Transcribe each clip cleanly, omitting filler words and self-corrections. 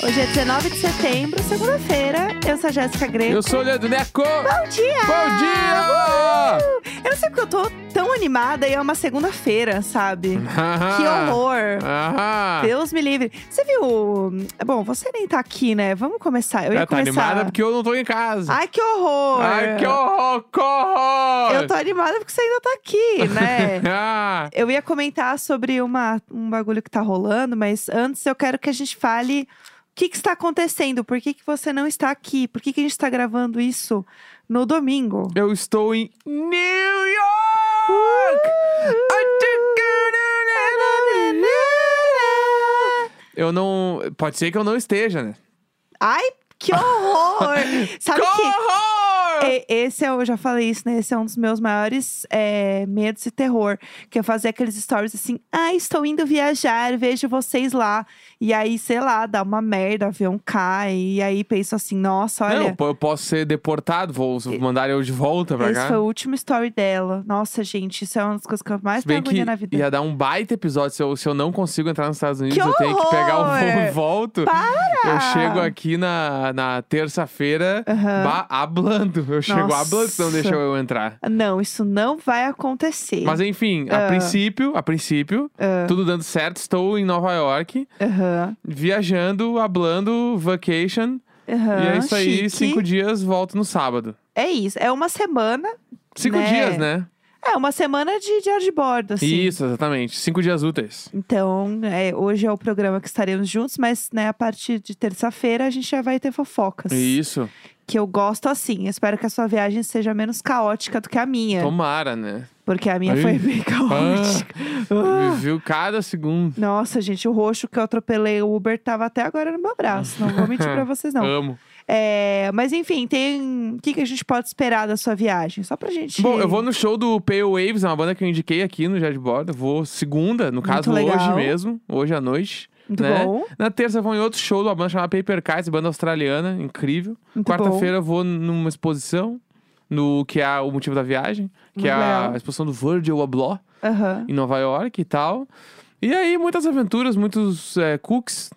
Hoje é 19 de setembro, segunda-feira. Eu sou a Jéssica Greco. Eu sou o Leandro Neco. Bom dia! Bom dia! Eu não sei porque eu tô tão animada e é uma segunda-feira, sabe? Que horror! Deus me livre. Você viu... Bom, você nem tá aqui, né? Vamos começar. Eu ia tá começar... animada porque eu não tô em casa. Ai, que horror! Ai, que horror! Que horror! Eu tô animada porque você ainda tá aqui, né? Ah, Eu ia comentar sobre um bagulho que tá rolando, mas antes eu quero que a gente fale o que está acontecendo, por que você não está aqui, por que a gente tá gravando isso no domingo. eu estou em New York! Eu não... Pode ser que eu não esteja, né? Ai, que horror! Sabe Que que... horror! Esse eu já falei isso, né? Esse é um dos meus maiores medos e terror. Que é fazer aqueles stories assim, estou indo viajar, vejo vocês lá. E aí, sei lá, dá uma merda, o avião cai. E aí penso assim, nossa, olha. Não, eu posso ser deportado, vou mandar eu de volta pra Esse cá. foi o último story dela. Nossa, gente, isso é uma das coisas que eu mais Se bem tenho que agonia na vida. ia dar um baita episódio. Se eu não consigo entrar nos Estados Unidos, Que eu tenho que pegar o voo horror! e volto. Para! Eu chego aqui na terça-feira hablando. Eu chego Nossa. hablando, se não deixa eu entrar. Não, isso não vai acontecer. Mas enfim, a princípio, tudo dando certo. Estou em Nova York, viajando, hablando, vacation. E é isso aí, Chique. 5 dias, volto no sábado. É isso, é uma semana. 5 né? dias, né? É, uma semana de diário de bordo, assim. Isso, exatamente. 5 dias úteis. Então, hoje é o programa que estaremos juntos, mas, né, a partir de terça-feira a gente já vai ter fofocas. Isso. Que eu gosto assim. Eu espero que a sua viagem seja menos caótica do que a minha. Tomara, né? Porque a minha Ai. foi bem caótica. Viu cada segundo. Nossa, gente, o roxo que eu atropelei o Uber tava até agora no meu braço. Não vou mentir pra vocês, não. Amo. Mas enfim, o que a gente pode esperar da sua viagem? Só pra gente... Bom, eu vou no show do Pale Waves, é uma banda que eu indiquei aqui no Diário de Bordo. Eu vou segunda, no caso legal. hoje mesmo, hoje à noite. Muito né? bom. Na terça eu vou em outro show de uma banda chamada Paper Kites, banda australiana, incrível. Muito Quarta-feira eu vou numa exposição, que é o motivo da viagem, que Muito é legal. a exposição do Virgil Abloh, Aham. em Nova York e tal. E aí, muitas aventuras, muitos cookies,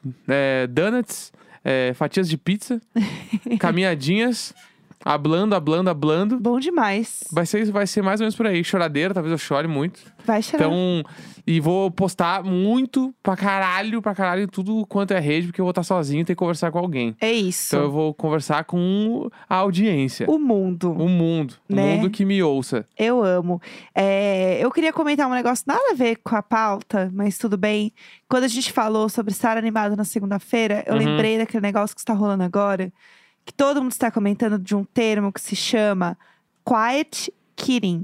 donuts, fatias de pizza, caminhadinhas, hablando. Bom demais. Vai ser mais ou menos por aí. Choradeira, talvez eu chore muito. Vai chorar. Então, e vou postar muito pra caralho, tudo quanto é rede, porque eu vou estar sozinho e ter que conversar com alguém. É isso. Então eu vou conversar com a audiência. O mundo. O mundo. Né? O mundo que me ouça. Eu amo. Eu queria comentar um negócio nada a ver com a pauta, mas tudo bem. Quando a gente falou sobre estar animado na segunda-feira, eu lembrei daquele negócio que está rolando agora, que todo mundo está comentando de um termo que se chama quiet quitting.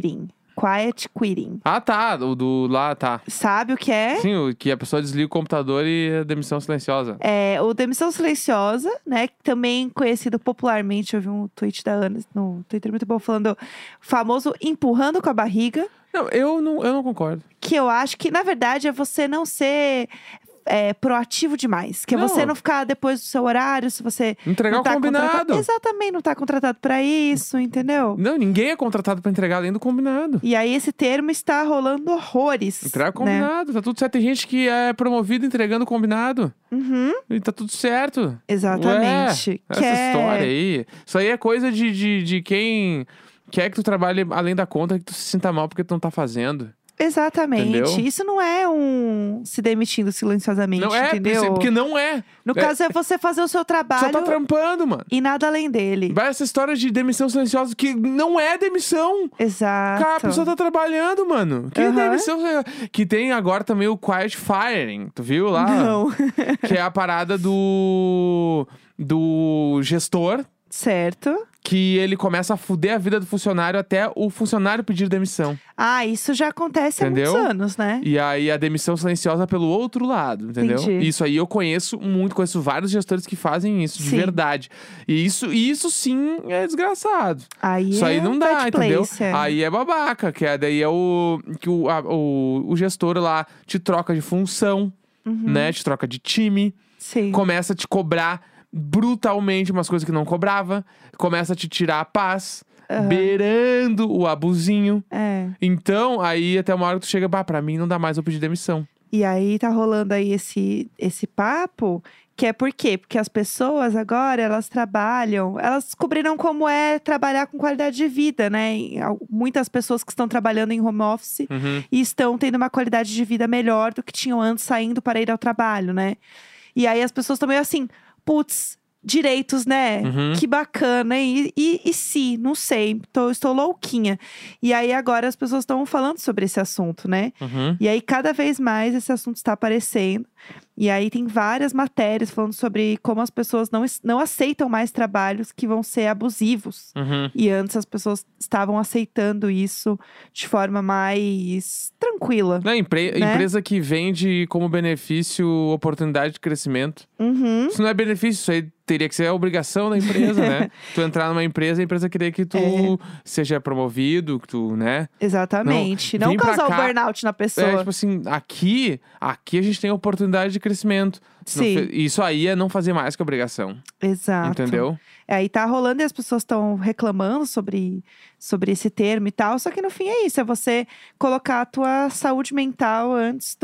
Quiet quitting. Ah, tá. O do lá, tá. Sabe o que é? Sim, que a pessoa desliga o computador e a demissão silenciosa. O demissão silenciosa, né? Também conhecido popularmente, eu vi um tweet da Ana no Twitter muito bom, falando o famoso empurrando com a barriga. Não, eu não concordo. Que eu acho que, na verdade, é você não ser proativo demais. Que é Não. você não ficar depois do seu horário, se você Entregar não o tá combinado. contratado. Exatamente, não tá contratado pra isso, entendeu? Não, ninguém é contratado pra entregar além do combinado. E aí esse termo está rolando horrores. Entrega o né? combinado, tá tudo certo. Tem gente que é promovida entregando o combinado. E tá tudo certo. Exatamente. Ué, essa história aí. Isso aí é coisa de quem quer que tu trabalhe além da conta, que tu se sinta mal porque tu não tá fazendo. Exatamente. Entendeu? Isso não é um se demitindo silenciosamente, Não é, entendeu? porque não é. No caso, é você fazer o seu trabalho Só tá trampando, mano. e nada além dele. Vai essa história de demissão silenciosa que não é demissão. Exato. Cara, a pessoa tá trabalhando, mano. Que demissão silenciosa? Que tem agora também o quiet firing. Tu viu lá? Não. Que é a parada do gestor. Certo. Que ele começa a fuder a vida do funcionário até o funcionário pedir demissão. Isso já acontece Entendeu? há muitos anos, né? E aí a demissão silenciosa pelo outro lado, entendeu? Entendi. Isso aí eu conheço vários gestores que fazem isso, de Sim. verdade. E isso sim é desgraçado. Aí Isso aí não dá, bad entendeu? place, Aí é babaca, daí é o gestor lá te troca de função, né? Te troca de time, Sim. começa a te cobrar brutalmente umas coisas que não cobrava, começa a te tirar a paz, beirando o abusinho. É. Então, aí até uma hora que tu chega, pra mim não dá mais, eu pedir demissão. E aí tá rolando aí esse papo, que é por quê? Porque as pessoas agora, elas trabalham, elas descobriram como é trabalhar com qualidade de vida, né? Muitas pessoas que estão trabalhando em home office Uhum. e estão tendo uma qualidade de vida melhor do que tinham antes saindo para ir ao trabalho, né? E aí as pessoas estão meio assim, putz, direitos, né? Uhum. Que bacana. E se? Não sei. Estou louquinha. E aí agora as pessoas estão falando sobre esse assunto, né? Uhum. E aí cada vez mais esse assunto está aparecendo. E aí tem várias matérias falando sobre como as pessoas não aceitam mais trabalhos que vão ser abusivos. Uhum. E antes as pessoas estavam aceitando isso de forma mais tranquila. Não, empresa que vende como benefício oportunidade de crescimento. Uhum. Isso não é benefício, isso aí teria que ser a obrigação da empresa, né? Tu entrar numa empresa, a empresa queria que tu seja promovido, que tu, né? Exatamente. Não, Não vem pra causar o cá. burnout na pessoa. É, tipo assim, aqui a gente tem oportunidade de crescimento. Sim. Isso aí é não fazer mais que obrigação. Exato. Entendeu? Aí tá rolando e as pessoas estão reclamando sobre esse termo e tal. Só que no fim é isso, é você colocar a tua saúde mental antes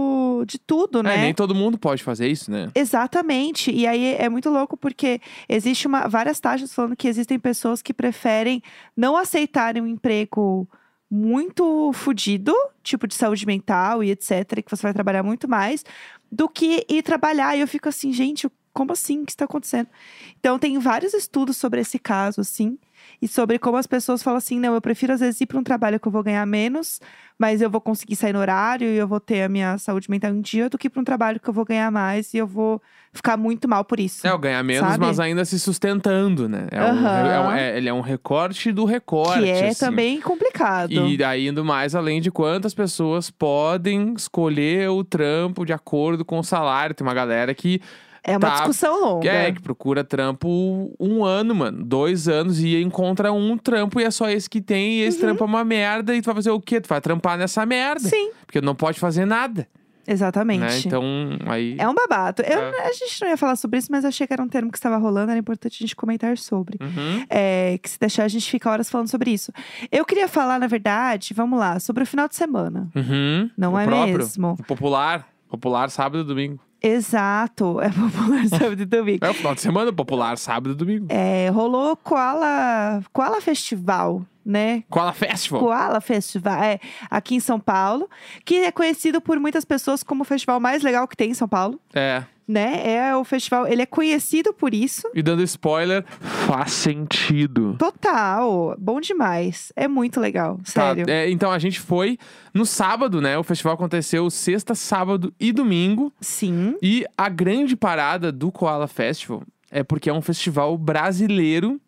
de tudo, né? Nem todo mundo pode fazer isso, né? Exatamente. E aí é muito louco porque existe várias taxas falando que existem pessoas que preferem não aceitarem um emprego muito fodido, tipo de saúde mental e etc, que você vai trabalhar muito mais, do que ir trabalhar. E eu fico assim, gente, como assim? O que está acontecendo? Então, tem vários estudos sobre esse caso, assim. E sobre como as pessoas falam assim, não, eu prefiro às vezes ir para um trabalho que eu vou ganhar menos, mas eu vou conseguir sair no horário e eu vou ter a minha saúde mental em dia, do que para um trabalho que eu vou ganhar mais e eu vou ficar muito mal por isso. Eu ganhar menos, sabe? mas ainda se sustentando, né? Ele é um recorte do recorte, Que é assim. também complicado. E daí, indo mais além de quantas pessoas podem escolher o trampo de acordo com o salário. Tem uma galera que É uma discussão longa. que procura trampo 1 ano, mano. 2 anos e encontra um trampo e é só esse que tem. E esse trampo é uma merda. E tu vai fazer o quê? Tu vai trampar nessa merda. Sim. Porque não pode fazer nada. Exatamente. Né? Então, aí... É um babado. A gente não ia falar sobre isso, mas eu achei que era um termo que estava rolando. Era importante a gente comentar sobre. Uhum. Que se deixar, a gente fica horas falando sobre isso. Eu queria falar, na verdade, vamos lá, sobre o final de semana. Uhum. Não O é próprio, mesmo? O popular sábado e domingo. Exato. É popular sábado e domingo. É o final de semana, popular sábado e domingo. Rolou Koala Festival, né? Koala Festival. Koala Festival, aqui em São Paulo. Que é conhecido por muitas pessoas como o festival mais legal que tem em São Paulo. Né? É o festival, ele é conhecido por isso. E dando spoiler, faz sentido. Total, bom demais. É muito legal, sério. Então a gente foi no sábado, né? O festival aconteceu sexta, sábado e domingo. Sim. E a grande parada do Koala Festival é porque é um festival brasileiro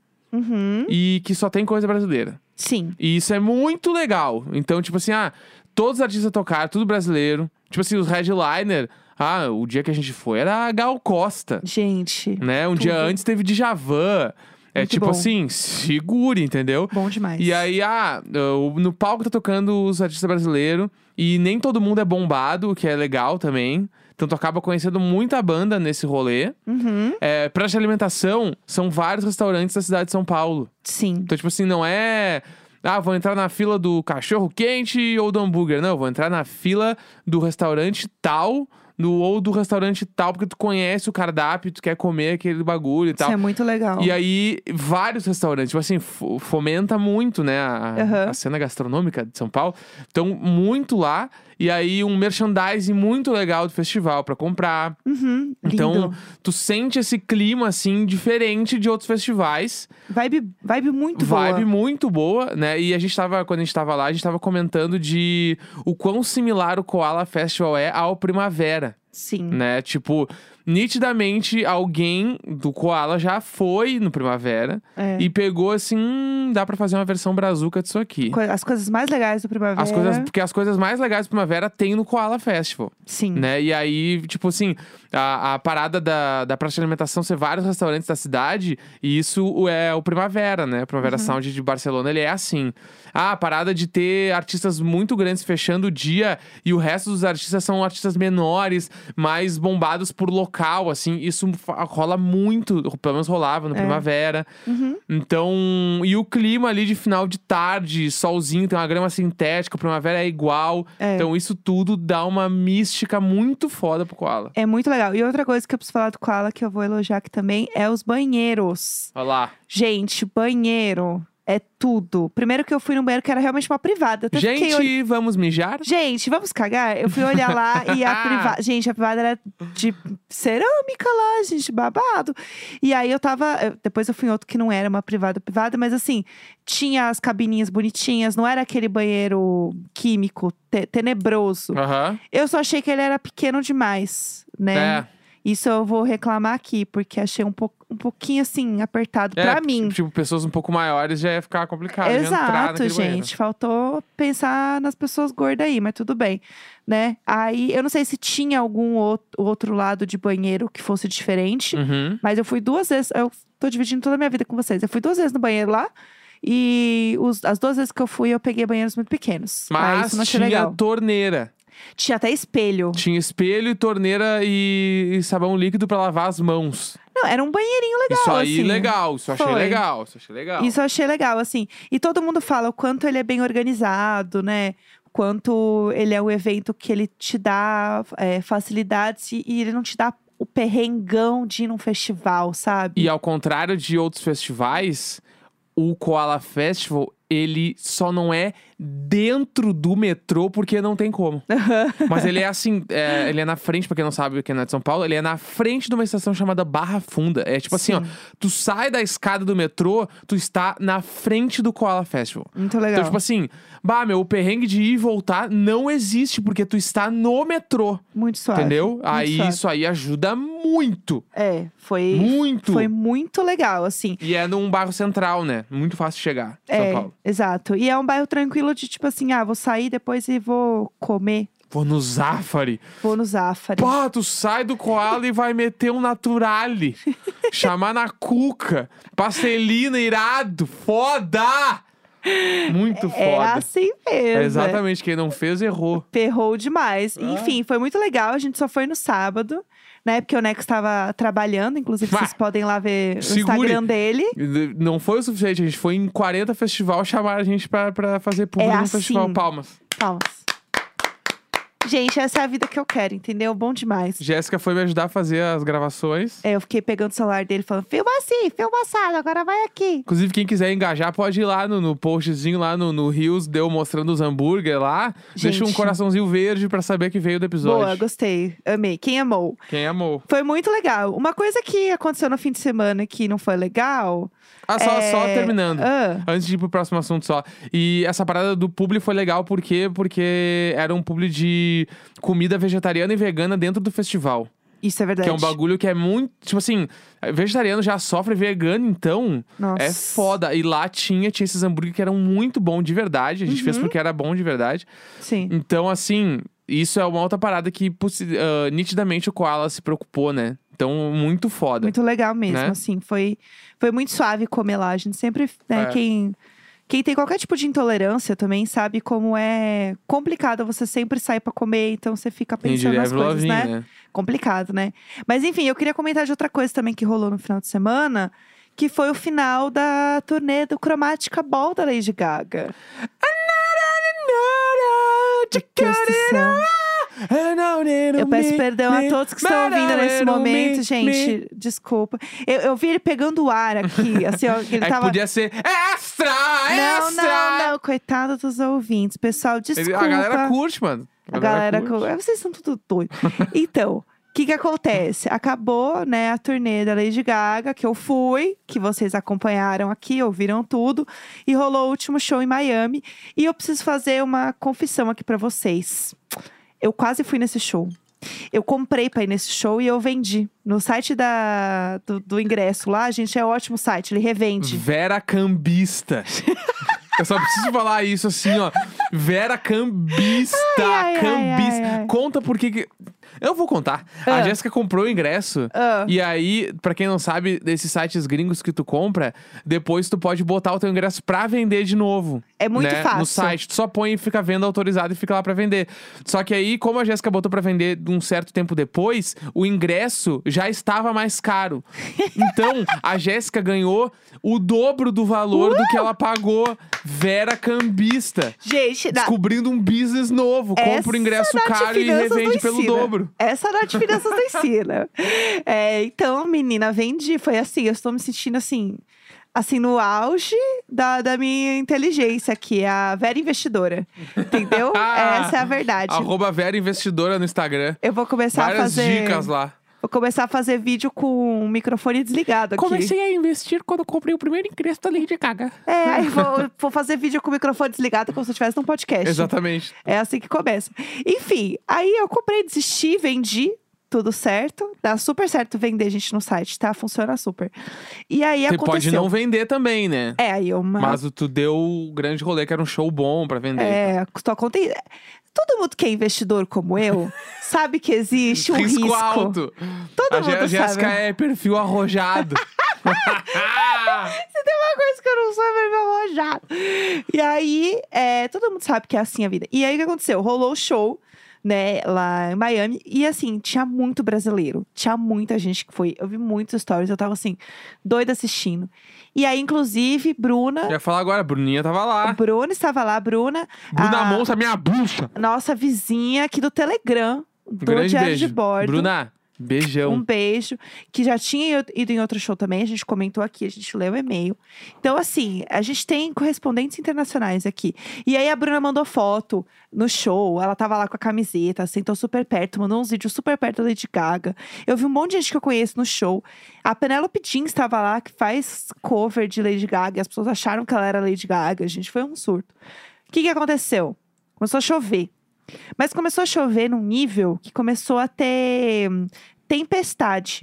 e que só tem coisa brasileira. Sim. E isso é muito legal. Então, tipo assim, todos os artistas tocaram, tudo brasileiro. Tipo assim, os headliner... o dia que a gente foi era a Gal Costa. Gente. Né? Um dia antes teve Djavan. Muito tipo bom. assim, segure, entendeu? Bom demais. E aí, no palco tá tocando os artistas brasileiros. E nem todo mundo é bombado, o que é legal também. Então tu acaba conhecendo muita banda nesse rolê. Praça de alimentação, são vários restaurantes da cidade de São Paulo. Sim. Então, tipo assim, não é... vou entrar na fila do cachorro quente ou do hambúrguer. Não, vou entrar na fila do restaurante tal... ou do restaurante tal, porque tu conhece o cardápio, tu quer comer aquele bagulho e tal. Isso é muito legal. E aí, vários restaurantes, tipo assim, fomenta muito, né, a cena gastronômica de São Paulo. Então, muito lá. E aí, um merchandising muito legal do festival pra comprar. Então, lindo. tu sente esse clima, assim, diferente de outros festivais. Vibe muito boa. Vibe muito boa, né? E quando a gente tava lá, a gente tava comentando de o quão similar o Koala Festival é ao Primavera. Sim. Né? Tipo, nitidamente alguém do Koala já foi no Primavera e pegou assim, dá pra fazer uma versão brazuca disso aqui. As coisas mais legais do Primavera. Porque as coisas mais legais do Primavera tem no Koala Festival. Sim. Né? E aí, tipo assim, a parada da praça de alimentação ser vários restaurantes da cidade, e isso é o Primavera, né? O Primavera Sound de Barcelona, ele é assim. A parada de ter artistas muito grandes fechando o dia e o resto dos artistas são artistas menores, mais bombados por local local, assim, isso rola muito, pelo menos rolava no primavera. Então, e o clima ali de final de tarde, solzinho, tem uma grama sintética, primavera é igual. Então, isso tudo dá uma mística muito foda pro koala. É muito legal. E outra coisa que eu preciso falar do koala, que eu vou elogiar aqui também, é os banheiros. Olha lá. Gente, banheiro é tudo. Primeiro que eu fui num banheiro que era realmente uma privada. Até Gente, vamos mijar? Gente, vamos cagar? Eu fui olhar lá e a privada... Gente, a privada era de cerâmica lá, gente, babado. E aí eu tava... Depois eu fui em outro que não era uma privada, mas assim... Tinha as cabininhas bonitinhas, não era aquele banheiro químico, tenebroso. Eu só achei que ele era pequeno demais, né? Isso eu vou reclamar aqui, porque achei um pouquinho, assim, apertado pra mim. Tipo, pessoas um pouco maiores já ia ficar complicado. Exato, gente. Banheiro. Faltou pensar nas pessoas gordas aí, mas tudo bem, né? Aí, eu não sei se tinha algum outro lado de banheiro que fosse diferente. Mas eu fui 2 vezes, eu tô dividindo toda a minha vida com vocês. Eu fui 2 vezes no banheiro lá. E as 2 vezes que eu fui, eu peguei banheiros muito pequenos. Mas tinha torneira. Tinha até espelho. Tinha espelho, torneira e sabão líquido pra lavar as mãos. Não, era um banheirinho legal, isso aí, assim. legal. Isso eu achei legal. Isso eu achei legal, assim. E todo mundo fala o quanto ele é bem organizado, né? O quanto ele é um evento que ele te dá facilidades e ele não te dá o perrengão de ir num festival, sabe? E ao contrário de outros festivais, o Koala Festival, ele só não é dentro do metrô, porque não tem como. Mas ele é assim, ele é na frente, pra quem não sabe, quem não é de São Paulo, ele é na frente de uma estação chamada Barra Funda. É tipo assim, ó, tu sai da escada do metrô, tu está na frente do Koala Festival. Muito legal. Então, tipo assim, o perrengue de ir e voltar não existe, porque tu está no metrô. Muito suave. Entendeu? Muito aí suave. isso aí ajuda muito. Foi muito legal, assim. E é num bairro central, né? Muito fácil de chegar, São Paulo. Exato. E é um bairro tranquilo de tipo assim, vou sair depois e vou comer. Vou no Zafari. Pô, tu sai do koala e vai meter um naturale. Chamar na cuca. Pastelina, irado. Foda! Muito foda. É assim mesmo. Exatamente. Quem não fez, errou. Ferrou demais. Enfim, foi muito legal. A gente só foi no sábado. Né? Porque o Neco estava trabalhando. Inclusive, vocês podem lá ver o Instagram dele. Não foi o suficiente. A gente foi em 40 festival chamar a gente pra fazer público no festival. Palmas. Gente, essa é a vida que eu quero, entendeu? Bom demais. Jéssica foi me ajudar a fazer as gravações. Eu fiquei pegando o celular dele falando, filma assim, filma assado, agora vai aqui. Inclusive, quem quiser engajar, pode ir lá no postzinho, lá no Rios, deu mostrando os hambúrguer lá. Gente, deixa um coraçãozinho verde pra saber que veio do episódio. Boa, gostei. Amei. Quem amou? Foi muito legal. Uma coisa que aconteceu no fim de semana que não foi legal... Só terminando. Antes de ir pro próximo assunto só. E essa parada do publi foi legal, por quê? Porque era um publi de comida vegetariana e vegana dentro do festival. Isso é verdade. Que é um bagulho que é muito... Tipo assim, vegetariano já sofre, vegano, então... Nossa. É foda. E lá tinha esses hambúrguer que eram muito bons de verdade. A gente fez porque era bom de verdade. Sim. Então, assim... Isso é uma outra parada que nitidamente o Koala se preocupou, né? Então, muito foda. Muito legal mesmo, né? assim. Foi muito suave comer lá. A gente sempre, né, quem tem qualquer tipo de intolerância também sabe como é complicado você sempre sair pra comer. Então, você fica pensando nas coisas, né? Complicado, né? Mas, enfim, eu queria comentar de outra coisa também que rolou no final de semana. Que foi o final da turnê do Chromatica Ball da Lady Gaga. Eu peço perdão a todos que estão ouvindo nesse momento, gente. Desculpa. Eu vi ele pegando o ar aqui, assim, ó. Ele tava... podia ser extra! Não. Coitado dos ouvintes. Pessoal, desculpa. A galera curte, mano. A galera curte. Vocês são tudo doidos. Então... O que acontece? Acabou, né, a turnê da Lady Gaga, que eu fui, que vocês acompanharam aqui, ouviram tudo. E rolou o último show em Miami. E eu preciso fazer uma confissão aqui pra vocês. Eu quase fui nesse show. Eu comprei pra ir nesse show e eu vendi. No site do ingresso lá, gente, é ótimo site, ele revende. Vera Cambista. Eu só preciso falar isso assim, ó. Vera Cambista. Cambista. Conta por que... Eu vou contar. A Jéssica comprou o ingresso. E aí, pra quem não sabe, desses sites gringos que tu compra, depois tu pode botar o teu ingresso pra vender de novo. É muito fácil. No site. Tu só põe e fica vendo autorizado e fica lá pra vender. Só que aí, como a Jéssica botou pra vender de um certo tempo depois, o ingresso já estava mais caro. Então, a Jéssica ganhou o dobro do valor do que ela pagou. Vera cambista. Gente, descobrindo um business novo. Compra o ingresso caro e revende pelo dobro. Essa Nath Finanças não ensina. Então, menina, vendi. Foi assim, eu estou me sentindo assim, no auge da minha inteligência aqui, a Vera Investidora. Entendeu? Essa é a verdade. @Vera Investidora no Instagram. Eu vou começar Várias a fazer dicas lá. Vou começar a fazer vídeo com o microfone desligado aqui. Comecei a investir quando eu comprei o primeiro ingresso da Lady Gaga. Aí vou fazer vídeo com o microfone desligado como se eu estivesse num podcast. Exatamente. É assim que começa. Enfim, aí eu comprei, desisti, vendi. Tudo certo. Dá super certo vender, gente, no site, tá? Funciona super. E aí Você aconteceu. pode não vender também, né? Aí eu... Mas tu deu o grande rolê, que era um show bom pra vender. Custou a conta. Todo mundo que é investidor como eu sabe que existe um risco. Alto. Todo mundo A Jéssica sabe. é perfil arrojado. Se tem uma coisa que eu não sou, é perfil arrojado. E aí, todo mundo sabe que é assim a vida. E aí, o que aconteceu? Rolou o show, né, lá em Miami. E assim, tinha muito brasileiro. Tinha muita gente que foi. Eu vi muitos stories. Eu tava assim, doida assistindo. E aí, inclusive, Bruna... Eu ia falar agora, a Bruninha tava lá. Bruna estava lá, Bruna Monça, minha bucha. nossa vizinha aqui do Telegram, do Grande Diário beijo. de Bordo. Bruna, beijão. Um beijo. Que já tinha ido em outro show também. A gente comentou aqui, a gente leu o e-mail. Então, assim, a gente tem correspondentes internacionais aqui. E aí, a Bruna mandou foto no show. Ela tava lá com a camiseta, sentou super perto, mandou uns vídeos super perto da Lady Gaga. Eu vi um monte de gente que eu conheço no show. A Penélope Jeans estava lá, que faz cover de Lady Gaga. E as pessoas acharam que ela era Lady Gaga. Gente, foi um surto. O que aconteceu? Começou a chover. Mas começou a chover num nível que começou a ter tempestade.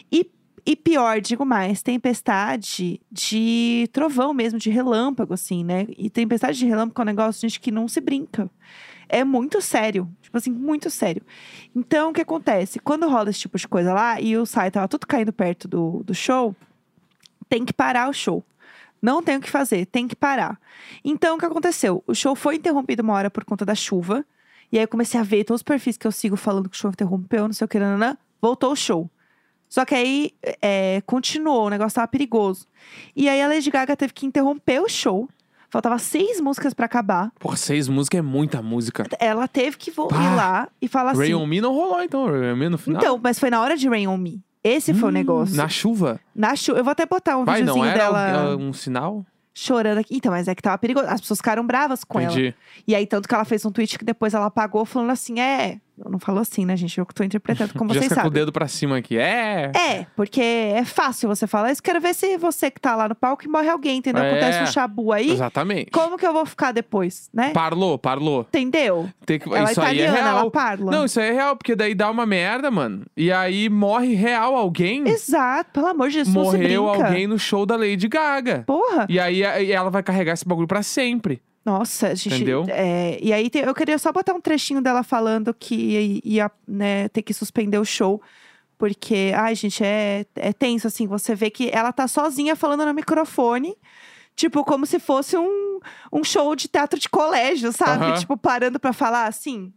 E pior, digo mais, tempestade de trovão mesmo, de relâmpago, assim, né? E tempestade de relâmpago é um negócio, gente, que não se brinca. É muito sério. Tipo assim, muito sério. Então, o que acontece? Quando rola esse tipo de coisa lá, e o site tava tudo caindo perto do show, tem que parar o show. Não tem o que fazer, tem que parar. Então, o que aconteceu? O show foi interrompido uma hora por conta da chuva. E aí eu comecei a ver todos os perfis que eu sigo falando que o show interrompeu, não sei o que, nananã. Voltou o show. Só que aí continuou, o negócio tava perigoso. E aí a Lady Gaga teve que interromper o show. Faltava 6 músicas pra acabar. Porra, 6 músicas é muita música. Ela teve que ir lá e falar assim... Rain On Me não rolou, então. Rain On Me no final. Então, mas foi na hora de Rain On Me. Esse foi o negócio. Na chuva? Na chuva. Eu vou até botar um videozinho não era dela... um sinal? Chorando aqui. Então, mas é que tava perigoso. As pessoas ficaram bravas com ela. E aí, tanto que ela fez um tweet que depois ela apagou, falando assim, não falou assim, né, gente? Eu que tô interpretando como vocês sabem. Com o dedo pra cima aqui. Porque é fácil você falar isso. Quero ver se você que tá lá no palco e morre alguém, entendeu? Acontece um chabu aí. Exatamente. Como que eu vou ficar depois, né? Parlou. Entendeu? Ela isso aí é real. Ela parla. Não, isso aí é real, porque daí dá uma merda, mano. E aí morre real alguém. Exato, pelo amor de Jesus, não se brinca. Morreu alguém no show da Lady Gaga. Porra. E aí ela vai carregar esse bagulho pra sempre. Nossa, gente. Entendeu? E aí eu queria só botar um trechinho dela falando que ia, né, ter que suspender o show. Porque, ai, gente, é tenso, assim. Você vê que ela tá sozinha falando no microfone. Tipo, como se fosse um show de teatro de colégio, sabe? Tipo, parando pra falar assim.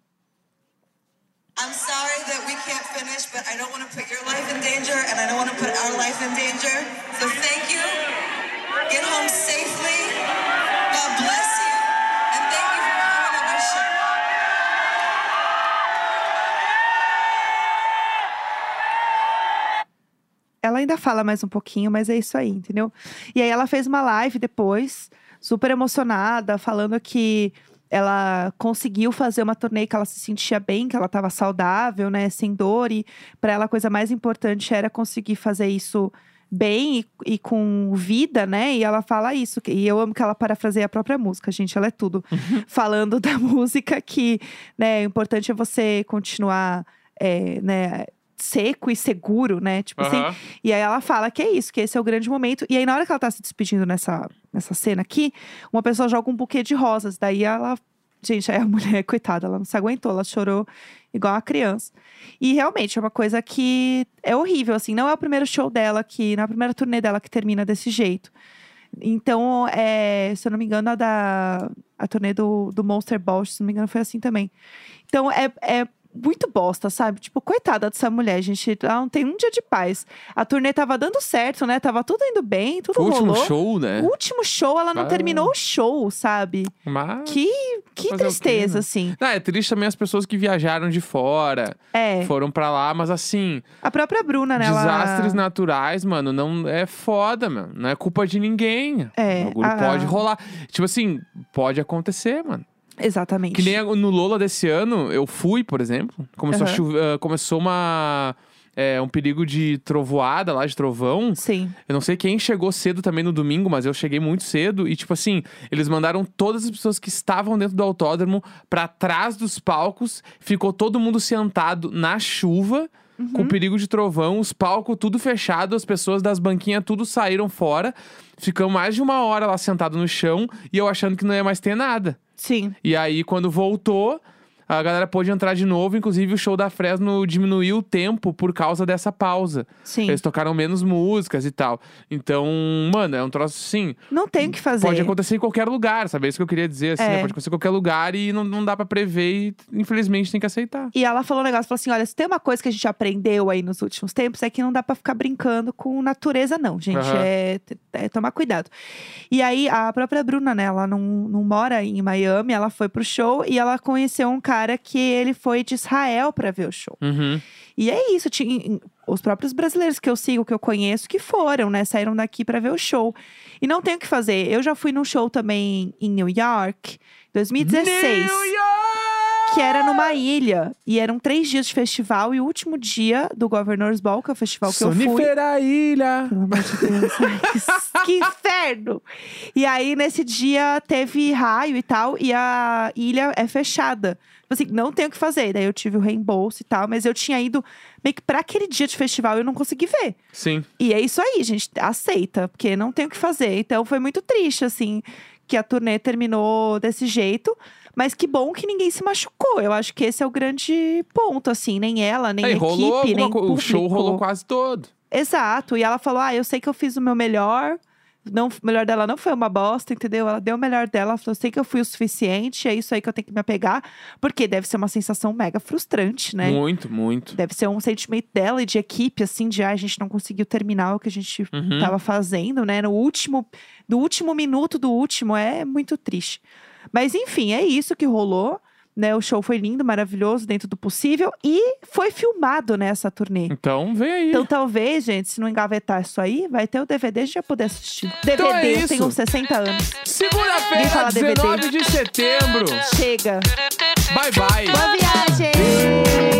I'm sorry that we can't finish, but I don't want to put your life in danger, and I don't want to put our life in danger. So thank you. Get home safely. God bless you. And thank you for coming to our show. Ela ainda fala mais um pouquinho, mas é isso aí, entendeu? E aí ela fez uma live depois, super emocionada, falando que ela conseguiu fazer uma turnê que ela se sentia bem, que ela estava saudável, né, sem dor. E para ela a coisa mais importante era conseguir fazer isso bem e com vida, né? E ela fala isso. E eu amo que ela parafraseia a própria música, gente. Ela é tudo. Falando da música que, né, o importante é você continuar, né, seco e seguro, né? Tipo assim. E aí ela fala que é isso, que esse é o grande momento. E aí na hora que ela tá se despedindo nessa cena aqui, uma pessoa joga um buquê de rosas. Daí ela... Gente, aí a mulher, coitada, ela não se aguentou. Ela chorou igual uma criança. E realmente é uma coisa que é horrível, assim. Não é o primeiro show dela, não é a primeira turnê dela que termina desse jeito. Então, se eu não me engano, a turnê do Monster Ball, se não me engano, foi assim também. Então, é muito bosta, sabe? Tipo, coitada dessa mulher, gente. Ela não tem um dia de paz. A turnê tava dando certo, né? Tava tudo indo bem, tudo rolou. O último show, né? O último show, ela não terminou o show, sabe? Mas... Que tristeza, assim. É triste também as pessoas que viajaram de fora. Foram pra lá, mas assim... A própria Bruna, né? Desastres naturais, mano, não é foda, mano. Não é culpa de ninguém. O bagulho pode rolar. Tipo assim, pode acontecer, mano. Exatamente. Que nem no Lola desse ano, eu fui, por exemplo. Começou um perigo de trovoada lá, de trovão. Sim. Eu não sei quem chegou cedo também no domingo, mas eu cheguei muito cedo. E tipo assim, eles mandaram todas as pessoas que estavam dentro do autódromo pra trás dos palcos. Ficou todo mundo sentado na chuva. Com perigo de trovão, os palcos tudo fechado, as pessoas das banquinhas tudo saíram fora. Ficamos mais de 1 hora lá sentado no chão e eu achando que não ia mais ter nada. Sim. E aí, quando voltou, a galera pôde entrar de novo. Inclusive, o show da Fresno diminuiu o tempo por causa dessa pausa. Sim. Eles tocaram menos músicas e tal. Então, mano, é um troço assim... Não tem o que fazer. Pode acontecer em qualquer lugar, sabe? É isso que eu queria dizer, assim. Né? Pode acontecer em qualquer lugar e não dá pra prever e, infelizmente, tem que aceitar. E ela falou um negócio, falou assim, olha, se tem uma coisa que a gente aprendeu aí nos últimos tempos, é que não dá pra ficar brincando com natureza, não, gente. É tomar cuidado. E aí, a própria Bruna, né, ela não mora em Miami, ela foi pro show e ela conheceu um cara que ele foi de Israel pra ver o show. E é isso, tinha os próprios brasileiros que eu sigo, que eu conheço, que foram, né, saíram daqui pra ver o show. E não tem o que fazer. Eu já fui num show também em New York, 2016. New York! Que era numa ilha. E eram 3 dias de festival. E o último dia do Governor's Ball, que é o festival que eu fui. Sonífera Ilha! Pelo amor de Deus. Ai, que inferno! E aí, nesse dia, teve raio e tal. E a ilha é fechada. Assim, não tem o que fazer. Daí eu tive o reembolso e tal. Mas eu tinha ido meio que pra aquele dia de festival e eu não consegui ver. Sim. E é isso aí, gente. Aceita. Porque não tem o que fazer. Então, foi muito triste, assim, que a turnê terminou desse jeito. Mas que bom que ninguém se machucou. Eu acho que esse é o grande ponto, assim. Nem ela, nem a equipe, nem o público. O show rolou quase todo. Exato. E ela falou, eu sei que eu fiz o meu melhor. Não, o melhor dela não foi uma bosta, entendeu? Ela deu o melhor dela. Ela falou, eu sei que eu fui o suficiente. É isso aí que eu tenho que me apegar. Porque deve ser uma sensação mega frustrante, né? Muito, muito. Deve ser um sentimento dela e de equipe, assim. De, a gente não conseguiu terminar o que a gente tava fazendo, né? No último minuto do último. É muito triste. Mas enfim, é isso que rolou, né? O show foi lindo, maravilhoso, dentro do possível. E foi filmado nessa turnê. Então, vem aí. Então talvez, gente, se não engavetar isso aí, vai ter o DVD, a gente vai poder assistir. Então DVD, eu tenho uns 60 anos. Segunda-feira, 19 de setembro. Chega. Bye, bye. Boa viagem!